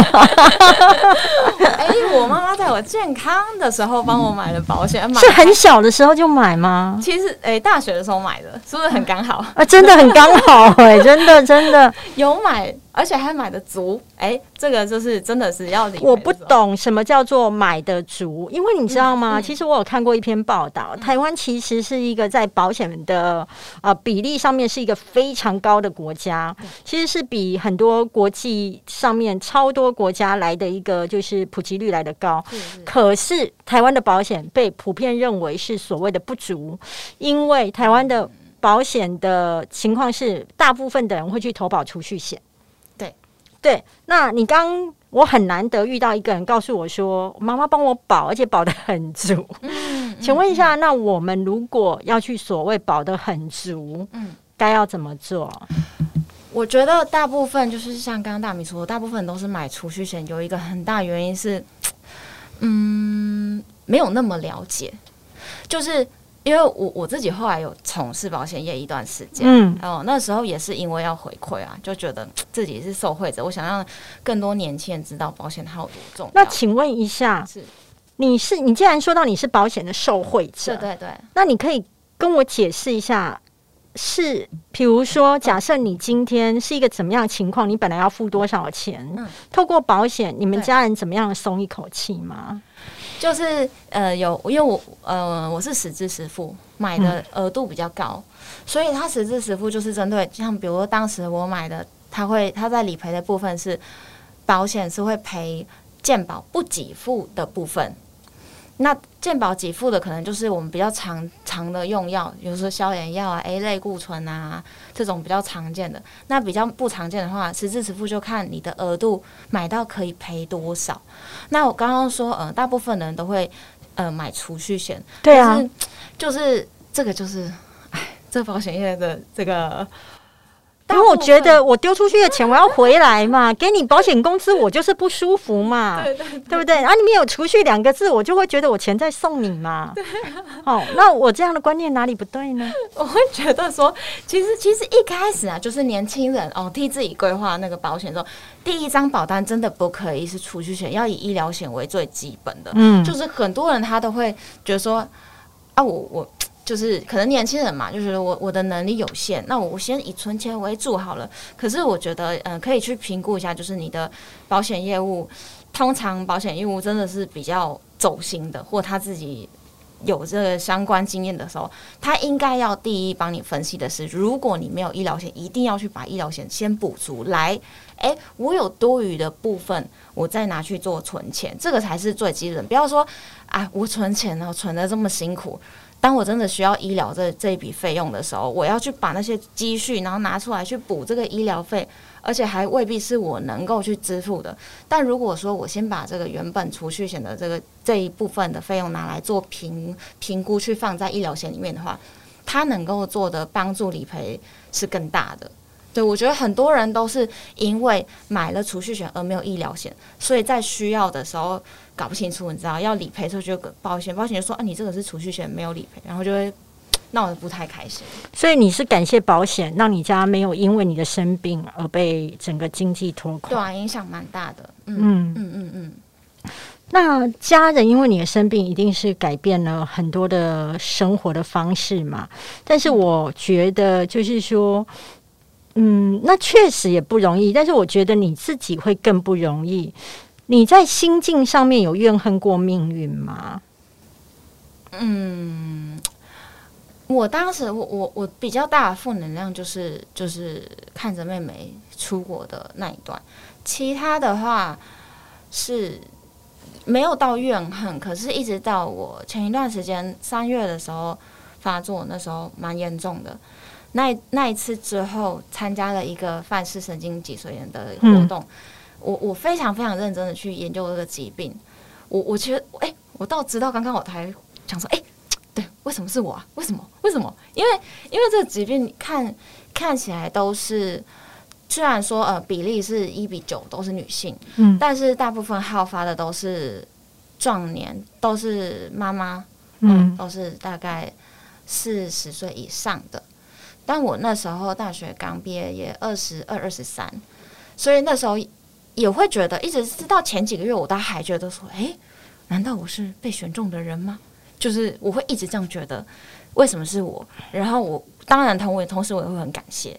哎、欸，我妈妈在我健康的时候帮我买了保险， 是很小的时候就买吗？ 其实，哎、欸，大学的时候买的，是不是很刚好？ 啊，真的很刚好、欸，哎，真的真的有买。 而且还买的足，哎、欸，这个就是真的是要理赔的时候。 我不懂什么叫做买的足，因为你知道吗？嗯嗯、其实我有看过一篇报道，嗯、台湾其实是一个在保险的呃比例上面是一个非常高的国家，其实是比很多国际上面超多国家来的一个就是普及率来的高。是是，可是台湾的保险被普遍认为是所谓的不足，因为台湾的保险的情况是，大部分的人会去投保储蓄险。 对对，那你刚我很难得遇到一个人告诉我说，妈妈帮我保，而且保得很足。嗯，请问一下，嗯、那我们如果要去所谓保得很足，嗯，该要怎么做？ 我觉得大部分就是像刚刚大米说的，大部分都是买储蓄险，有一个很大原因是，嗯，没有那么了解，就是。因为我我自己后来有从事保险业一段时间，嗯，哦，那时候也是因为要回馈啊，就觉得自己是受惠者，我想让更多年轻人知道保险它有多重要。 那请问一下，是你是你既然说到你是保险的受惠者， 对对对， 那你可以跟我解释一下，是比如说，假设你今天是一个怎么样的情况，你本来要付多少钱，嗯，透过保险，你们家人怎么样松一口气吗？ 就是呃有，因为我呃我是实支实付买的额度比较高，嗯、所以它实支实付就是针对像比如说当时我买的，它会它在理赔的部分是保险是会赔健保不给付的部分。那健保给付的可能就是我们比较常常的用药，比如说消炎药啊、A 类固醇啊这种比较常见的。那比较不常见的话，实支实付就看你的额度买到可以赔多少。那我刚刚说，呃，大部分人都会呃买储蓄险， 对啊， 但是就是这个就是，哎，这个保险业的这个。 因为我觉得我丢出去的钱我要回来嘛，给你保险公司我就是不舒服嘛， 对对对， 对不对？然后你们有储蓄两个字，我就会觉得我钱在送你嘛。对啊，哦，那我这样的观念哪里不对呢？ 我会觉得说，其实其实一开始啊，就是年轻人哦替自己规划那个保险的时候，第一张保单真的不可以是储蓄险，要以医疗险为最基本的。嗯，就是很多人他都会觉得说，啊，我我。就是可能年轻人嘛，就觉得我我的能力有限，那我先以存钱为主好了。可是我觉得，呃，可以去评估一下，就是你的保险业务，通常保险业务真的是比较走心的，或他自己有这个相关经验的时候，他应该要第一帮你分析的是，如果你没有医疗险，一定要去把医疗险先补足来。哎，我有多余的部分，我再拿去做存钱，这个才是最基本。不要说啊，我存钱哦，存得这么辛苦。当我真的需要医疗这这一笔费用的时候，我要去把那些积蓄，然后拿出来去补这个医疗费，而且还未必是我能够去支付的。但如果说我先把这个原本储蓄险的这个这一部分的费用拿来做评评估，去放在医疗险里面的话，它能够做的帮助理赔是更大的。对，我觉得很多人都是因为买了储蓄险而没有医疗险，所以在需要的时候搞不清楚，你知道要理赔的时候就保险，保险就说啊你这个是储蓄险没有理赔，然后就会闹得不太开心。 所以你是感谢保险，让你家没有因为你的生病而被整个经济拖垮。 对啊，影响蛮大的。嗯嗯嗯嗯。 那家人因为你的生病，一定是改变了很多的生活的方式嘛？但是我觉得就是说。嗯，那确实也不容易，但是我觉得你自己会更不容易。你在心境上面有怨恨过命运吗？ 嗯，我当时我我我比较大的负能量就是就是看着妹妹出国的那一段，其他的话是没有到怨恨，可是一直到我前一段时间三月的时候发作，那时候蛮严重的。那那一次之后，参加了一个范氏神经脊髓炎的活动，嗯、我我非常非常认真的去研究这个疾病。我我觉得，哎、欸，我到直到刚刚我才想说，哎、欸，对，为什么是我啊？为什么？为什么？因为因为这个疾病看看起来都是，虽然说呃比例是一比九都是女性，嗯，但是大部分好发的都是壮年，都是妈妈，嗯，都是大概四十岁以上的。但我那时候大学刚毕业，也二十二、二十三，所以那时候也会觉得，一直直到前几个月，我都还觉得说，哎，难道我是被选中的人吗？就是我会一直这样觉得，为什么是我？然后我当然同我同时我也会很感谢，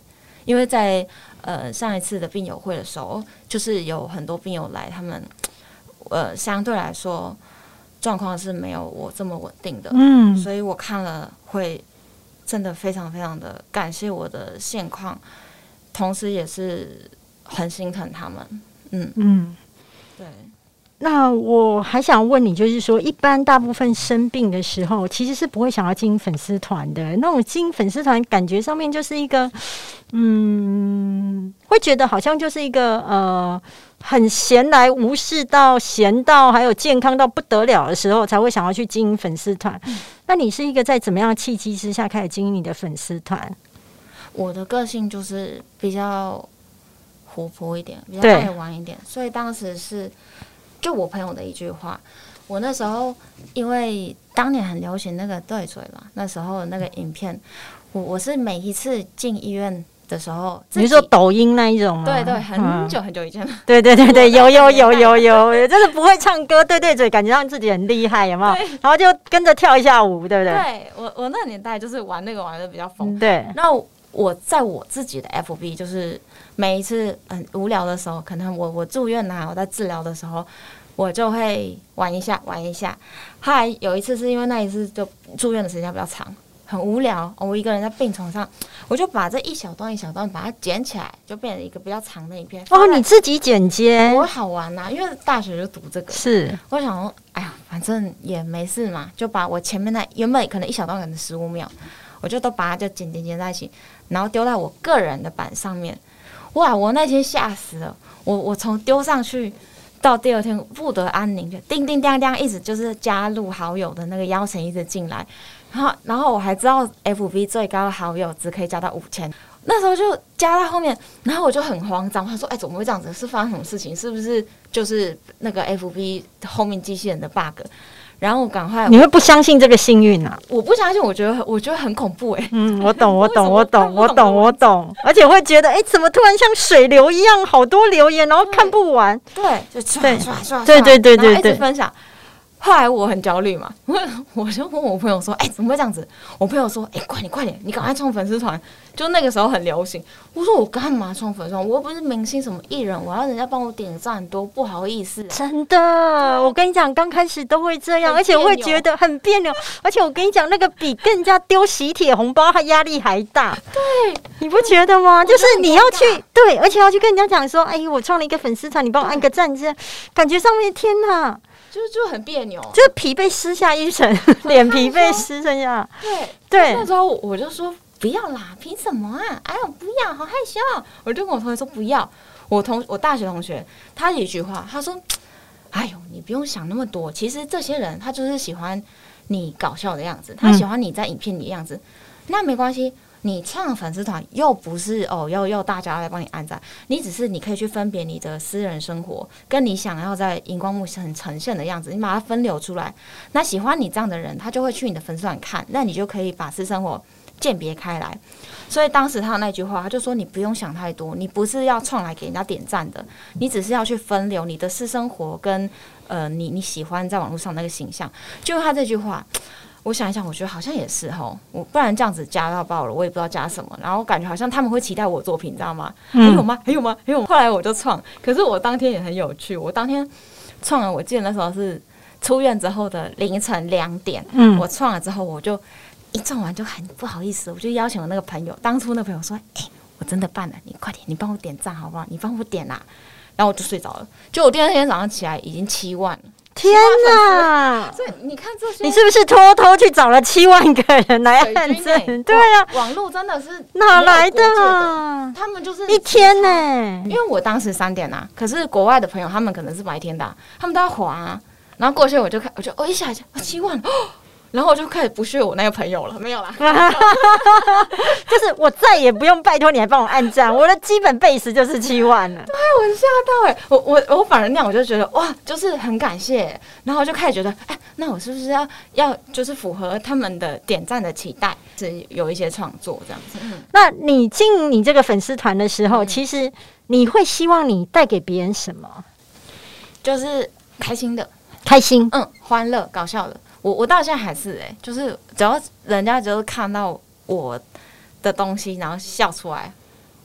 因为在呃上一次的病友会的时候，就是有很多病友来，他们呃相对来说状况是没有我这么稳定的，嗯，所以我看了会真的非常非常的感谢我的现况，同时也是很心疼他们，嗯嗯，对。 那我还想问你，就是说，一般大部分生病的时候，其实是不会想要经营粉丝团的。那种经营粉丝团，感觉上面就是一个，嗯，会觉得好像就是一个呃，很闲来无事到闲到还有健康到不得了的时候，才会想要去经营粉丝团。嗯、那你是一个在怎么样的契机之下开始经营你的粉丝团？ 我的个性就是比较活泼一点，比较爱玩一点，所以当时是。就我朋友的一句话，我那时候因为当年很流行那个对嘴嘛，那时候那个影片，我我是每一次进医院的时候， 你是说抖音那一种吗？ 对对，很久很久以前了。 对对对对，有有有有有，真的不会唱歌，对对嘴，感觉让自己很厉害，有没有？然后就跟着跳一下舞，对不对？ 对我我那个年代就是玩那个玩的比较疯。 对， 那我在我自己的 F B 就是。每一次很无聊的时候，可能我我住院啊，我在治疗的时候，我就会玩一下玩一下。后来有一次是因为那一次就住院的时间比较长，很无聊，我一个人在病床上，我就把这一小段一小段把它剪起来，就变成一个比较长的影片。 哦，你自己剪接？ 我好玩呐、啊，因为大学就读这个， 是我想说，哎呀，反正也没事嘛，就把我前面那原本可能一小段可能十五秒，我就都把它就剪剪剪在一起，然后丢在我个人的版上面。哇！我那天吓死了，我我从丢上去到第二天不得安宁，就叮叮当当一直就是加入好友的那个邀请一直进来，然后然后我还知道 F B 最高的好友只可以加到五千，那时候就加到后面，然后我就很慌张，他说：“哎，怎么会这样子？是发生什么事情？是不是就是那个 F B 后面机器人的 bug？” 然后我赶快， 你会不相信这个幸运啊？ 我不相信，我觉得我觉得很恐怖哎、欸。 嗯，我懂，我懂，我懂，我懂，我懂，而且会觉得，哎、欸，怎么突然像水流一样，好多留言，然后看不完。 对，就刷刷刷， 对对对对对， 一直分享。后来我很焦虑嘛，我就问我朋友说：“哎、欸，怎么会这样子？”我朋友说：“哎、欸，快点快点，你赶快创粉丝团。”就那个时候很流行。我说：“我干嘛创粉丝团？我又不是明星什么艺人，我要人家帮我点赞，多不好意思、啊。” 真的，我跟你讲，刚开始都会这样，而且会觉得很别扭。而且我跟你讲，那个比跟人家丢喜帖红包，他压力还大。 对， 你不觉得吗？就是你要去对，而且要去跟人家讲说：“哎，我创了一个粉丝团，你帮我按个赞。”这样感觉上面天哪！ 就就很别扭， 就是皮被撕下一层，脸皮被撕剩下。 对对， 那时候我就说不要啦，凭什么啊？哎呦，不要，好害羞。我就跟我同学说不要。我同我大学同学，他有一句话，他说：“哎呦，你不用想那么多。其实这些人他就是喜欢你搞笑的样子，他喜欢你在影片里的样子，嗯、那没关系。”你创粉丝团又不是哦，要要大家来帮你按赞，你只是你可以去分别你的私人生活跟你想要在荧光幕很呈现的样子，你把它分流出来。那喜欢你这样的人，他就会去你的粉丝团看，那你就可以把私生活鉴别开来。所以当时他的那句话，他就说你不用想太多，你不是要创来给人家点赞的，你只是要去分流你的私生活跟呃你你喜欢在网络上那个形象。就他这句话。我想一想，我觉得好像也是齁，我不然这样子加到爆了，我也不知道加什么，然后感觉好像他们会期待我的作品，你知道吗？还有吗？还有吗？还有吗？后来我就创，可是我当天也很有趣，我当天创了，我记得那时候是出院之后的凌晨两点，嗯，我创了之后，我就一创完就很不好意思，我就邀请我那个朋友，当初那朋友说，哎、欸，我真的办了，你快点，你帮我点赞好不好？你帮我点啦、啊，然后我就睡着了，就我第二天早上起来已经七万了。 天哪！ 所以你看这些， 你是不是偷偷去找了七万个人来按赞？对啊， 网络真的是哪来的、啊？ 他们就是一天呢、欸。 因为我当时三点啊，可是国外的朋友他们可能是白天的、啊，他们都要滑、啊，然后过去我就看，我就哦一下下七万。哦然后我就开始不屑我那个朋友了，没有啦， 就是我再也不用拜托你来帮我按赞，我的基本 base 就是七万了。 对，我吓到哎、欸，我我我反而那样，我就觉得哇，就是很感谢、欸，然后我就开始觉得，哎、欸，那我是不是要要就是符合他们的点赞的期待，是有一些创作这样子。嗯、 那你经营你这个粉丝团的时候，嗯、其实你会希望你带给别人什么？ 就是开心的， 开心， 嗯，欢乐、搞笑的。我我到现在还是哎、欸，就是只要人家只要看到我的东西，然后笑出来，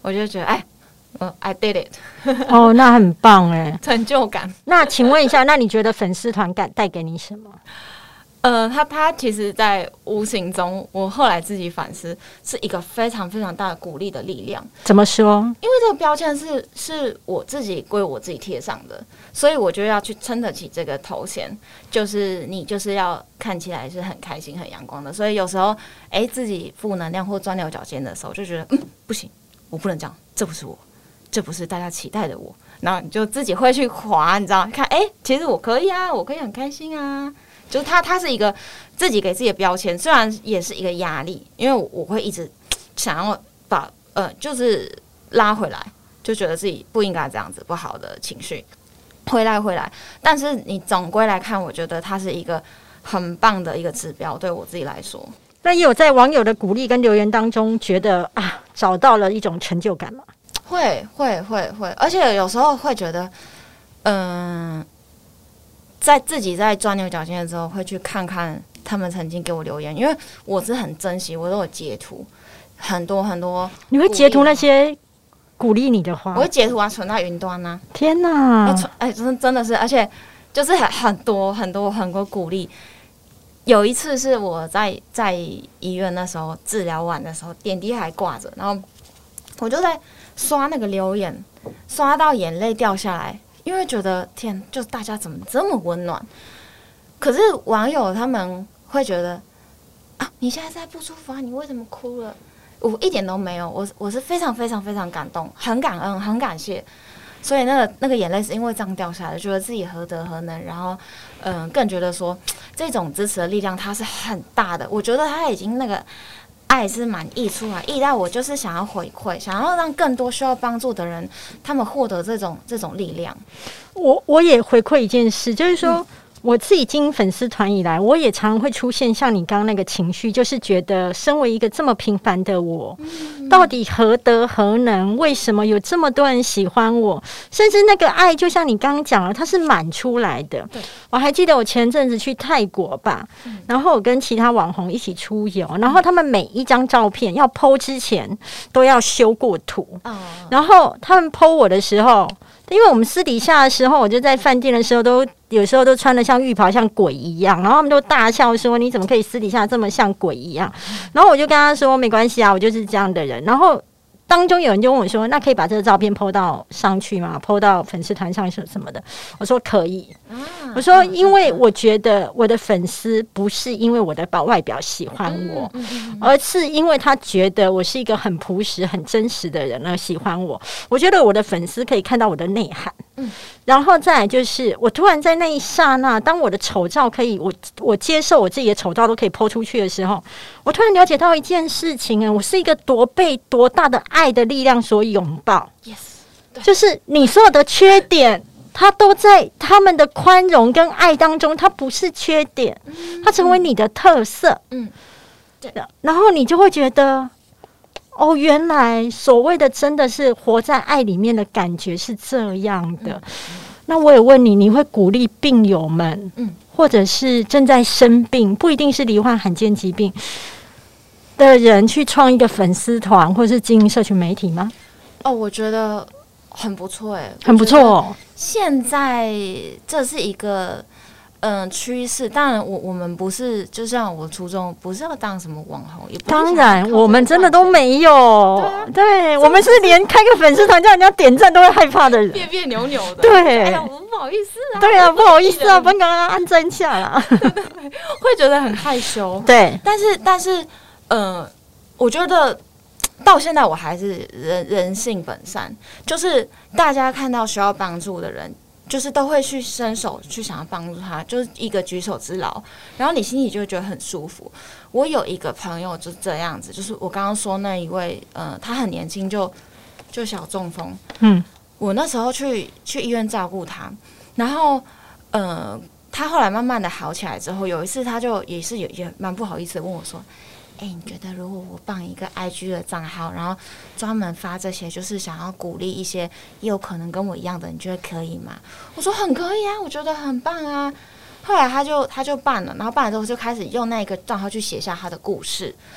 我就觉得哎，呃 I did it 哦，那很棒哎， 成就感。 那请问一下，那你觉得粉丝团感带给你什么？ 呃，他他其实，在无形中，我后来自己反思，是一个非常非常大的鼓励的力量。 怎么说？ 因为这个标签是是我自己归我自己贴上的，所以我就要去撑得起这个头衔，就是你就是要看起来是很开心、很阳光的。所以有时候，哎，自己负能量或钻牛角尖的时候，就觉得嗯，不行，我不能这样，这不是我，这不是大家期待的我。然后你就自己会去滑，你知道，看，哎，其实我可以啊，我可以很开心啊。就是它，它是一个自己给自己的标签，虽然也是一个压力，因为我我会一直想要把呃，就是拉回来，就觉得自己不应该这样子，不好的情绪回来回来。但是你总归来看，我觉得它是一个很棒的一个指标，对我自己来说。 那也有在网友的鼓励跟留言当中，觉得啊，找到了一种成就感吗？ 会会会会，而且有时候会觉得，嗯、呃。在自己在钻牛角尖的时候，会去看看他们曾经给我留言，因为我是很珍惜，我都有截图很多很多。 你会截图那些鼓励你的话？ 我会截图啊，存在云端啊。 天哪！ 哎、欸，真真的是，而且就是很很多很多很多鼓励。有一次是我在在医院那时候治疗完的时候，点滴还挂着，然后我就在刷那个留言，刷到眼泪掉下来。因为觉得天，就是大家怎么这么温暖？可是网友他们会觉得啊，你现在在不舒服啊，你为什么哭了？我一点都没有，我我是非常非常非常感动，很感恩，很感谢。所以那个那个眼泪是因为这样掉下来，觉得自己何德何能，然后嗯、呃，更觉得说这种支持的力量它是很大的。我觉得他已经那个。爱是蛮溢出来，溢到我就是想要回馈，想要让更多需要帮助的人，他们获得这种这种力量。 我我也回馈一件事，就是说。嗯我自己经营粉丝团以来，我也常常会出现像你刚刚那个情绪，就是觉得身为一个这么平凡的我，嗯、到底何德何能？为什么有这么多人喜欢我？甚至那个爱，就像你刚刚讲了，它是满出来的。我还记得我前阵子去泰国吧，嗯、然后我跟其他网红一起出游，然后他们每一张照片要 po 之前都要修过图，哦、然后他们 po 我的时候。因为我们私底下的时候，我就在饭店的时候都有时候都穿得像浴袍，像鬼一样，然后他们都大笑说：“你怎么可以私底下这么像鬼一样？”然后我就跟他说：“没关系啊，我就是这样的人。”然后当中有人就问我说：“那可以把这个照片 po 到上去吗 ？po 到粉丝团上什么的？”我说：“可以。”我说：“因为我觉得我的粉丝不是因为我的外表喜欢我，而是因为他觉得我是一个很朴实、很真实的人而喜欢我。我觉得我的粉丝可以看到我的内涵。然后再来就是，我突然在那一刹那，当我的丑照可以，我我接受我自己的丑照都可以 po 出去的时候，我突然了解到一件事情啊，我是一个多被多大的爱的力量所拥抱。Yes， 就是你所有的缺点。他都在他们的宽容跟爱当中，它不是缺点，它成为你的特色。嗯，对。然后你就会觉得，哦，原来所谓的真的是活在爱里面的感觉是这样的。嗯、那我也问你，你会鼓励病友们，嗯，或者是正在生病，不一定是罹患罕见疾病的人，去创一个粉丝团，或者是经营社群媒体吗？ 哦，我觉得。很不错哎、欸， 很不错哦。 现在这是一个嗯趋势，当然我我们不是，就像我初衷不是要当什么网红，也不当然我们真的都没有。对,、啊、对我们是连开个粉丝团叫人家点赞都会害怕的人， 别别扭扭的。 对， 哎呀，我不好意思啊。 对啊，不好意思啊，本刚刚按赞下啦， 对对对，会觉得很害羞。 对， 但是但是呃，我觉得。到现在我还是人人性本善，就是大家看到需要帮助的人，就是都会去伸手去想要帮助他，就是一个举手之劳，然后你心里就会觉得很舒服。我有一个朋友就这样子，就是我刚刚说那一位，呃，他很年轻就就小中风，嗯，我那时候去去医院照顾他，然后呃，他后来慢慢的好起来之后，有一次他就也是也也蛮不好意思的问我说。哎、欸，你觉得如果我办一个 I G 的账号，然后专门发这些，就是想要鼓励一些也有可能跟我一样的，你觉得可以吗？我说很可以啊，我觉得很棒啊。后来他就他就办了，然后办了之后就开始用那个账号去写下他的故事，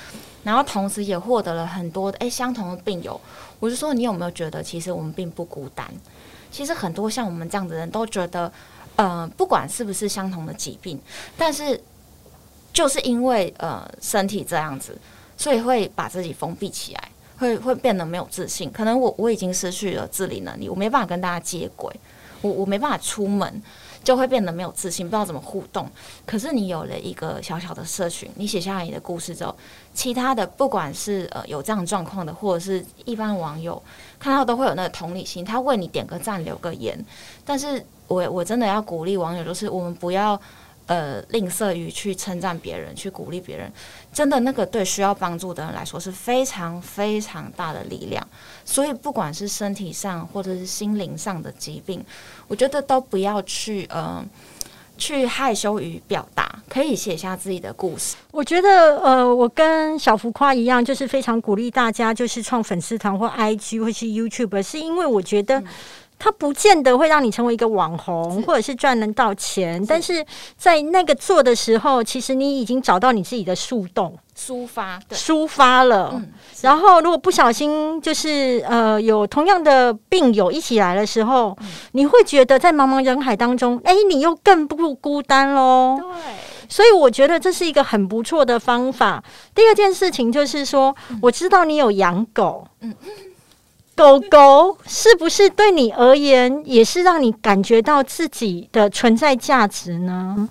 然后同时也获得了很多的哎相同的病友。我就说你有没有觉得其实我们并不孤单？其实很多像我们这样的人都觉得，呃，不管是不是相同的疾病，但是就是因为呃身体这样子，所以会把自己封闭起来，会会变得没有自信。可能我我已经失去了自理能力，我没办法跟大家接轨，我我没办法出门，就会变得没有自信，不知道怎么互动。可是你有了一个小小的社群，你写下来你的故事之后，其他的不管是呃有这样状况的，或者是一般网友看到都会有那个同理心，他为你点个赞留个言。但是我我真的要鼓励网友，就是我们不要呃吝啬于去称赞别人，去鼓励别人，真的那个对需要帮助的人来说是非常非常大的力量。所以不管是身体上或者是心灵上的疾病，我觉得都不要去呃去害羞于表达，可以写下自己的故事。 我觉得呃，我跟小浮夸一样，就是非常鼓励大家，就是创粉丝团或 I G 或是 YouTube， 是因为我觉得、嗯它不见得会让你成为一个网红，或者是赚人到钱，但是在那个做的时候，其实你已经找到你自己的树洞， 抒发， 抒发了。嗯、然后，如果不小心就是呃有同样的病友一起来的时候，嗯、你会觉得在茫茫人海当中，哎，你又更不孤单喽。 对。 所以我觉得这是一个很不错的方法。第二件事情就是说，嗯、我知道你有养狗。嗯。狗狗是不是对你而言也是让你感觉到自己的存在价值呢？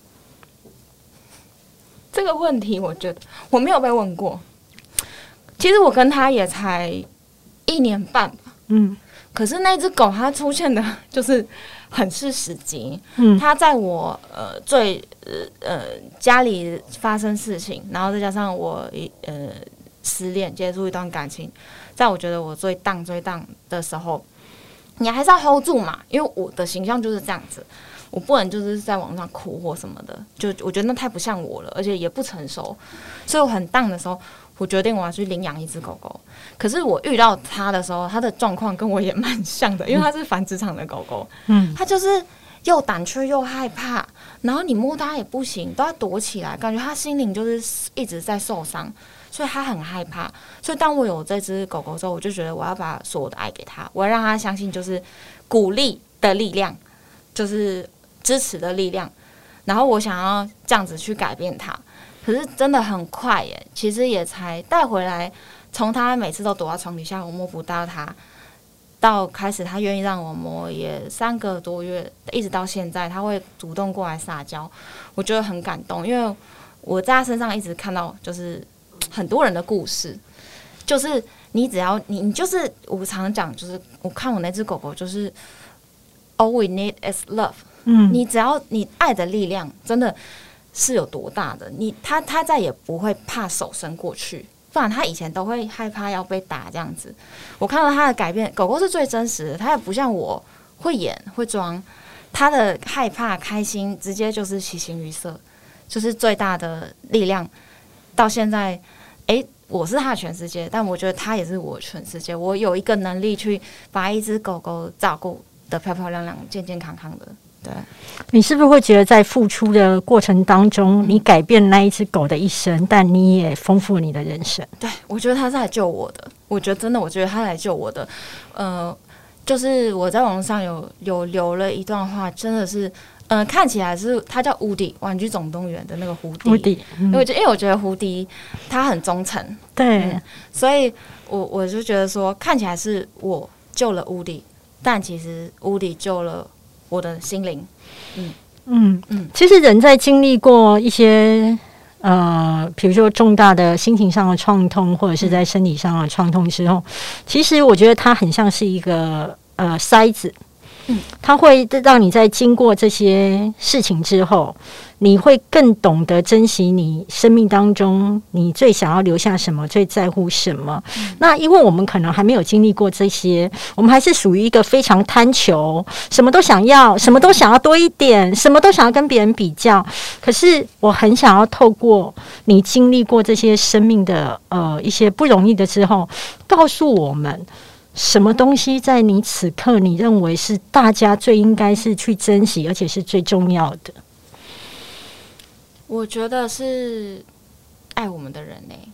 这个问题我觉得我没有被问过。其实我跟他也才一年半吧，嗯，可是那只狗它出现的就是很是时机，嗯，它在我呃最呃呃家里发生事情，然后再加上我呃失恋结束一段感情。在我觉得我最荡最荡的时候，你还是要 hold 住嘛，因为我的形象就是这样子，我不能就是在网上哭或什么的，就我觉得那太不像我了，而且也不成熟，所以我很荡的时候，我决定我要去领养一只狗狗。可是我遇到它的时候，它的状况跟我也蛮像的，因为它是繁殖场的狗狗，嗯，它就是又胆怯又害怕，然后你摸它也不行，都要躲起来，感觉它心灵就是一直在受伤。所以他很害怕，所以当我有这只狗狗之后，我就觉得我要把所有的爱给他，我要让他相信就是鼓励的力量，就是支持的力量，然后我想要这样子去改变他。可是真的很快耶，其实也才带回来，从他每次都躲在床底下，我摸不到他，到开始他愿意让我摸，也三个多月，一直到现在，他会主动过来撒娇，我觉得很感动，因为我在他身上一直看到就是很多人的故事，就是你只要你你就是我常常讲，就是我看我那只狗狗，就是 all we need is love。嗯，你只要你爱的力量真的是有多大的，你他他再也不会怕手伸过去，不然他以前都会害怕要被打这样子。我看到他的改变，狗狗是最真实的，他也不像我会演会装，他的害怕开心直接就是其形于色，就是最大的力量。到现在，哎，我是他的全世界，但我觉得他也是我的全世界。我有一个能力去把一只狗狗照顾得漂漂亮亮、健健康康的。对， 你是不是会觉得在付出的过程当中，你改变那一只狗的一生，但你也丰富了你的人生？ 对，我觉得他是来救我的。我觉得真的，我觉得他来救我的。呃，就是我在网络上有有留了一段话，真的是。嗯、呃，看起来是它叫胡迪，《玩具总动员》的那个胡迪。 胡迪， 嗯、因为因为我觉得胡迪他很忠诚， 对、 嗯，所以我我就觉得说，看起来是我救了胡迪，但其实胡迪救了我的心灵。嗯嗯嗯，其实人在经历过一些呃，比如说重大的心情上的创痛，或者是在身体上的创痛之后，其实我觉得它很像是一个呃筛子。嗯，它会让你在经过这些事情之后，你会更懂得珍惜你生命当中你最想要留下什么，最在乎什么。嗯、那因为我们可能还没有经历过这些，我们还是属于一个非常贪求，什么都想要，什么都想要多一点，什么都想要跟别人比较。可是我很想要透过你经历过这些生命的呃一些不容易的之后，告诉我们。什么东西在你此刻你认为是大家最应该是去珍惜，而且是最重要的？ 我觉得是爱我们的人呢、欸，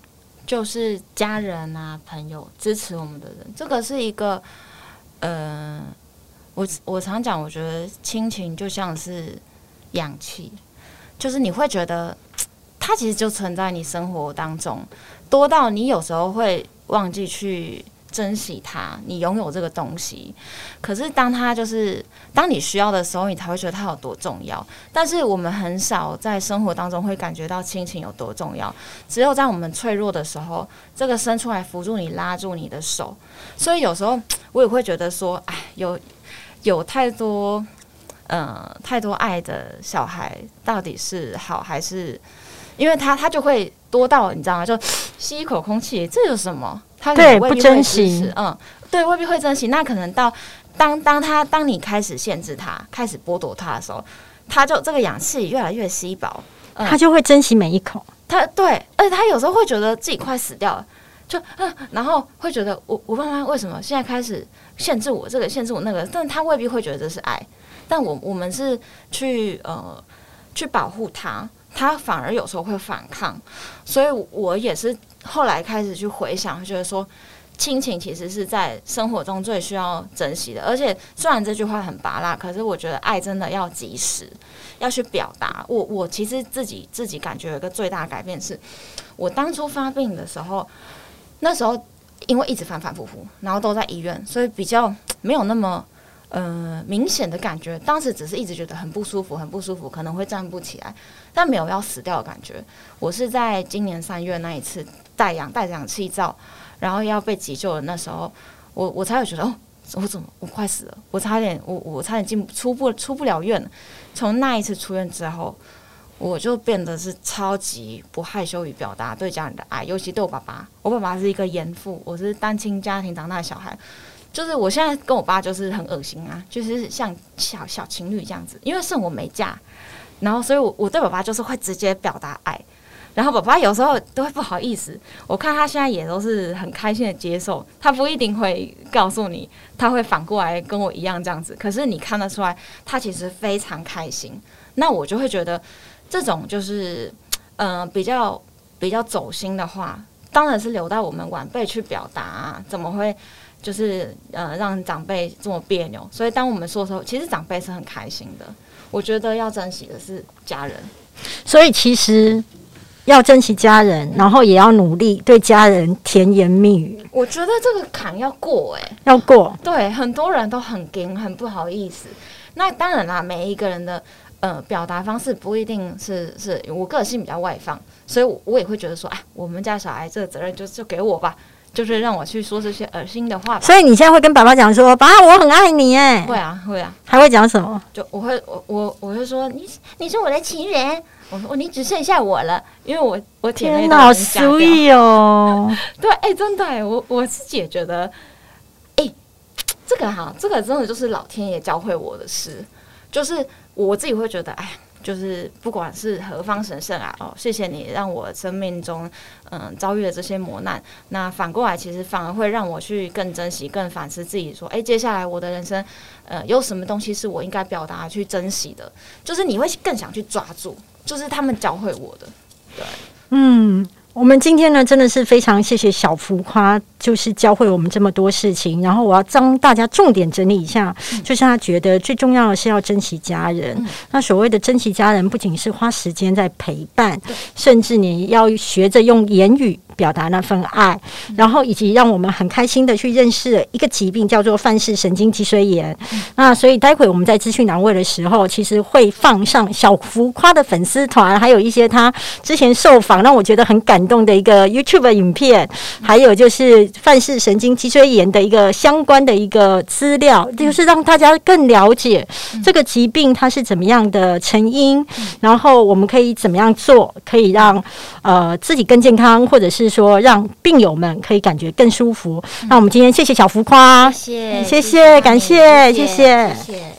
就是家人啊、朋友支持我们的人，这个是一个，呃，我我常讲，我觉得亲情就像是氧气，就是你会觉得它其实就存在你生活当中，多到你有时候会忘记去珍惜它，你拥有这个东西。可是当它就是当你需要的时候，你才会觉得它有多重要。但是我们很少在生活当中会感觉到亲情有多重要，只有在我们脆弱的时候，这个伸出来扶住你、拉住你的手。所以有时候我也会觉得说，哎，有有太多呃太多爱的小孩，到底是好还是？因为他他就会多到你知道吗？就吸一口空气，这有什么？他对未必不珍惜， 嗯，对，未必会珍惜。那可能到当当他当你开始限制他、开始剥夺他的时候，他就这个氧气越来越稀薄， 嗯、他就会珍惜每一口。 他对，而且他有时候会觉得自己快死掉了，就嗯，然后会觉得我我爸妈为什么现在开始限制我这个、限制我那个？但他未必会觉得这是爱，但我我们是去呃去保护他。他反而有时候会反抗，所以我也是后来开始去回想，觉得说亲情其实是在生活中最需要珍惜的。而且虽然这句话很拔辣，可是我觉得爱真的要及时，要去表达。我我其实自己自己感觉有一个最大的改变是，我当初发病的时候，那时候因为一直反反复复，然后都在医院，所以比较没有那么。呃，明显的感觉，当时只是一直觉得很不舒服，很不舒服，可能会站不起来，但没有要死掉的感觉。我是在今年三月那一次带氧带着氧气罩，然后要被急救的那时候，我我才有觉得，哦，我怎么我快死了，我差点我我差点进出不出不了院了。从那一次出院之后，我就变得是超级不害羞于表达对家人的爱，尤其对我爸爸。我爸爸是一个严父，我是单亲家庭长大的小孩。就是我现在跟我爸就是很恶心啊，就是像小小情侣这样子，因为剩我没嫁，然后所以我我对爸爸就是会直接表达爱，然后爸爸有时候都会不好意思，我看他现在也都是很开心的接受，他不一定会告诉你，他会反过来跟我一样这样子，可是你看得出来他其实非常开心，那我就会觉得这种就是呃比较比较走心的话，当然是留到我们晚辈去表达啊，怎么会？就是呃，让长辈这么别扭，所以当我们说的时候，其实长辈是很开心的。我觉得要珍惜的是家人， 所以其实要珍惜家人，然后也要努力对家人甜言蜜语。 我觉得这个坎要过、欸，哎， 要过。 对，很多人都很硬，很不好意思。那当然啦，每一个人的呃表达方式不一定是是我个性比较外放，所以我我也会觉得说，哎，我们家小孩这个责任就就给我吧。就是让我去说这些恶心的话， 所以你现在会跟爸爸讲说：“爸，我很爱你。”哎， 会啊，会啊， 还会讲什么？ 就我会，我我我会说你你是我的情人，我说你只剩下我了，因为我我体内都已经下掉。好 sweet 哦！对，哎、欸，真的哎，我我自己也觉得，哎、欸，这个哈，这个真的就是老天爷教会我的事，就是我自己会觉得，哎。就是不管是何方神圣啊，哦，谢谢你让我生命中嗯遭遇了这些磨难。那反过来，其实反而会让我去更珍惜、更反思自己，说，哎，接下来我的人生，呃，有什么东西是我应该表达、去珍惜的？就是你会更想去抓住，就是他们教会我的。对，嗯。 我们今天呢，真的是非常谢谢小浮夸，就是教会我们这么多事情。然后我要帮大家重点整理一下，嗯、就是他觉得最重要的是要珍惜家人。嗯、那所谓的珍惜家人，不仅是花时间在陪伴，甚至你要学着用言语表达那份爱，嗯、然后以及让我们很开心的去认识一个疾病，叫做范氏神经脊髓炎。嗯、那所以待会我们在资讯栏位的时候，其实会放上小浮夸的粉丝团，还有一些他之前受访让我觉得很感动的一个 YouTube 影片，还有就是范氏神经脊髓炎的一个相关的一个资料，就是让大家更了解这个疾病它是怎么样的成因，然后我们可以怎么样做，可以让呃自己更健康，或者是说让病友们可以感觉更舒服。那我们今天谢谢小浮夸， 谢谢， 谢谢，感谢，谢谢。谢谢。